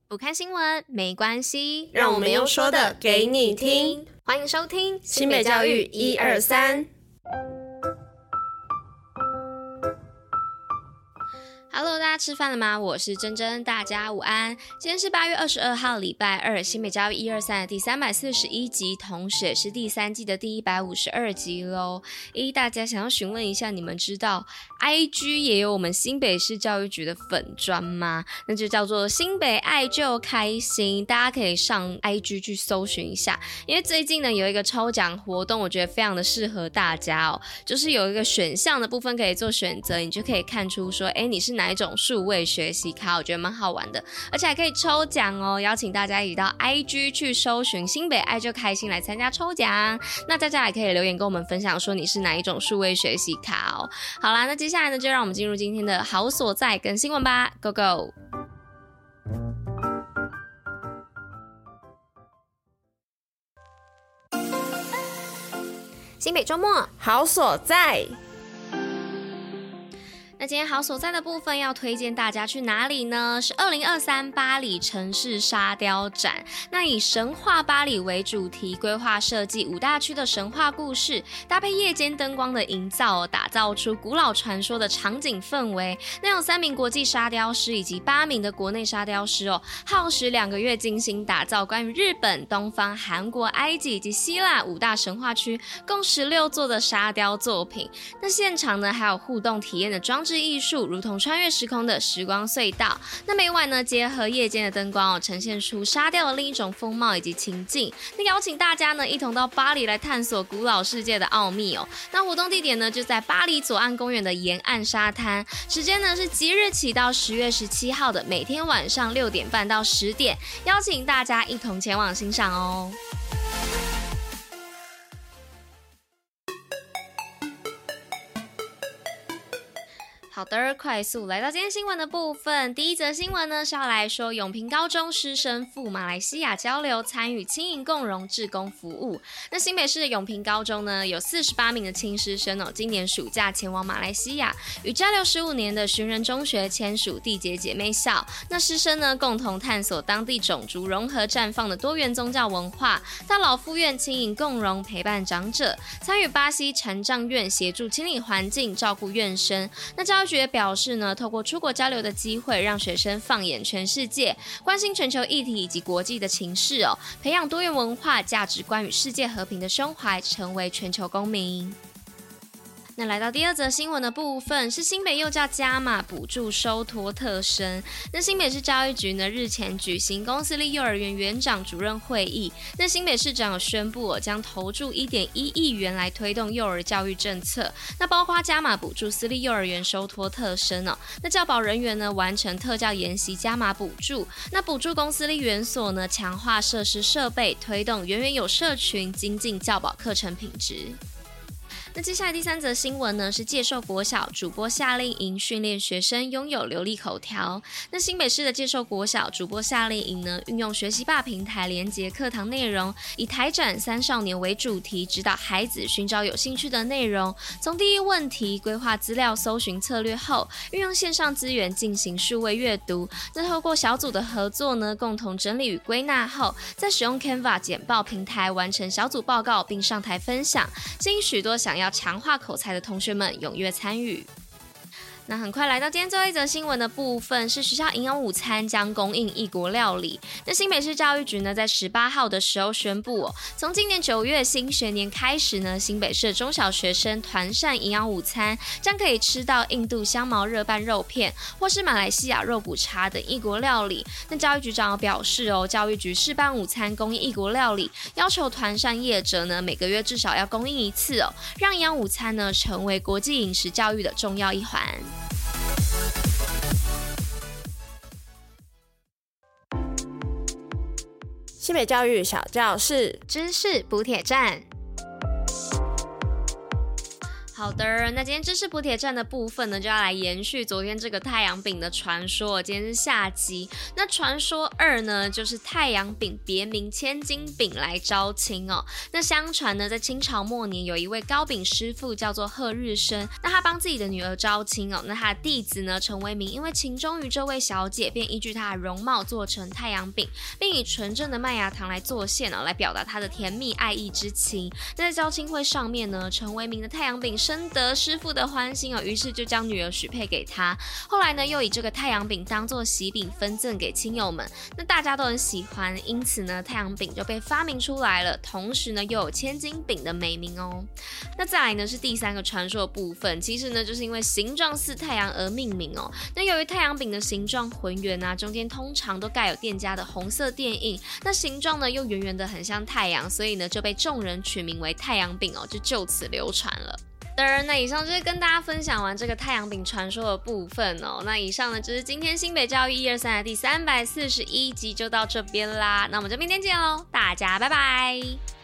不看新闻没关系， 让我们用说的给你听。 欢迎收听新北教育123。 Hello， 大家吃饭了吗？我是珍珍，大家午安。今天是8月22号，礼拜二，新北教育123的第341集，同时也是第3季的第152集咯。大家想要询问一下，你们知道 IG 也有我们新北市教育局的粉专吗？那就叫做新北爱就开心，大家可以上 IG 去搜寻一下。因为最近呢有一个抽奖活动，我觉得非常的适合大家哦，就是有一个选项的部分可以做选择，你就可以看出说，你是哪一种数位学习卡，我觉得蛮好玩的，而且还可以抽奖哦，邀请大家一起到 IG 去搜寻新北爱就开心来参加抽奖。那大家也可以留言跟我们分享说你是哪一种数位学习卡哦。好啦，那接下来呢就让我们进入今天的好所在跟新闻吧 ，Go Go！新北周末好所在。 那今天好所在的部分要推荐大家去哪里呢？是2023巴黎城市沙雕展。那以神话巴黎为主题，规划设计5大区的神话故事，搭配夜间灯光的营造，打造出古老传说的场景氛围。那有3名国际沙雕师以及8名的国内沙雕师耗时2个月精心打造关于日本、东方、韩国、埃及以及希腊5大神话区共16座的沙雕作品。那现场呢还有互动体验的装置艺术，如同穿越时空的时光隧道。那每晚呢结合夜间的灯光呈现出沙雕的另一种风貌以及情境。那邀请大家呢一同到巴黎来探索古老世界的奥秘哦。那活动地点呢就在巴黎左岸公园的沿岸沙滩，时间呢是即日起到10月17号的每天晚上6点半到10点，邀请大家一同前往欣赏哦。好的，快速来到今天新闻的部分。第一则新闻呢是要来说永平高中师生赴马来西亚交流，参与青银共融志工服务。那新北市的永平高中呢有48名的青师生今年暑假前往马来西亚，与交流15年的寻人中学签署缔结姐妹校。那师生呢共同探索当地种族融合绽放的多元宗教文化，到老复院青银共融陪伴长者，参与巴西禅杖院协助清理环境，照顾院生。那教育局表示呢，透过出国交流的机会，让学生放眼全世界，关心全球议题以及国际的情势培养多元文化价值观与世界和平的胸怀，成为全球公民。那来到第二则新闻的部分，是新北幼教加码补助收托特生。那新北市教育局呢日前举行公私立幼儿园园长主任会议，那新北市长有宣布将投注1.1亿元来推动幼儿教育政策，那包括加码补助私立幼儿园收托特生那教保人员呢完成特教研习加码补助，那补助公私立园所呢强化设施设备，推动园园有社群，精进教保课程品质。那接下来第3则新闻呢是介寿国小主播夏令营训练学生拥有流利口条。那新北市的介寿国小主播夏令营呢运用学习吧平台连结课堂内容，以台展3少年为主题，指导孩子寻找有兴趣的内容，从第一问题规划资料搜寻策略后，运用线上资源进行数位阅读。那透过小组的合作呢，共同整理与归纳后，再使用 Canva 简报平台完成小组报告并上台分享，吸引许多想要强化口才的同学们踊跃参与。那很快来到今天最后一则新闻的部分，是学校营养午餐将供应异国料理。那新北市教育局呢在18号的时候宣布从今年9月新学年开始呢，新北市的中小学生团膳营养午餐将可以吃到印度香茅热拌肉片或是马来西亚肉骨茶等异国料理。那教育局长表示教育局试办午餐供应异国料理，要求团膳业者呢每个月至少要供应1次让营养午餐呢成为国际饮食教育的重要一环。 新北教育小教室， 知识补铁站。 好的，那今天知识补帖站的部分呢，就要来延续昨天这个太阳饼的传说，今天是下集。那传说2呢，就是太阳饼别名千斤饼来招亲哦。那相传呢，在清朝末年，有一位糕饼师傅叫做贺日升，那他帮自己的女儿招亲哦。那他的弟子呢，陈为民因为情中于这位小姐，便依据她的容貌做成太阳饼，并以纯正的麦芽糖来做馅哦，来表达他的甜蜜爱意之情。那在招亲会上面呢，陈为民的太阳饼深得师父的欢心哦，于是就将女儿许配给他。后来呢，又以这个太阳饼当作喜饼分赠给亲友们，那大家都很喜欢，因此呢，太阳饼就被发明出来了。同时呢，又有千斤饼的美名哦。那再来呢，是第3个传说的部分，其实呢，就是因为形状似太阳而命名哦。那由于太阳饼的形状浑圆啊，中间通常都盖有店家的红色店印，那形状呢又圆圆的很像太阳，所以呢就被众人取名为太阳饼哦，就此流传了。那以上就是跟大家分享完这个太阳饼传说的部分哦。那以上呢就是今天新北教育123的第341集就到这边啦。那我们就明天见喽，大家拜拜。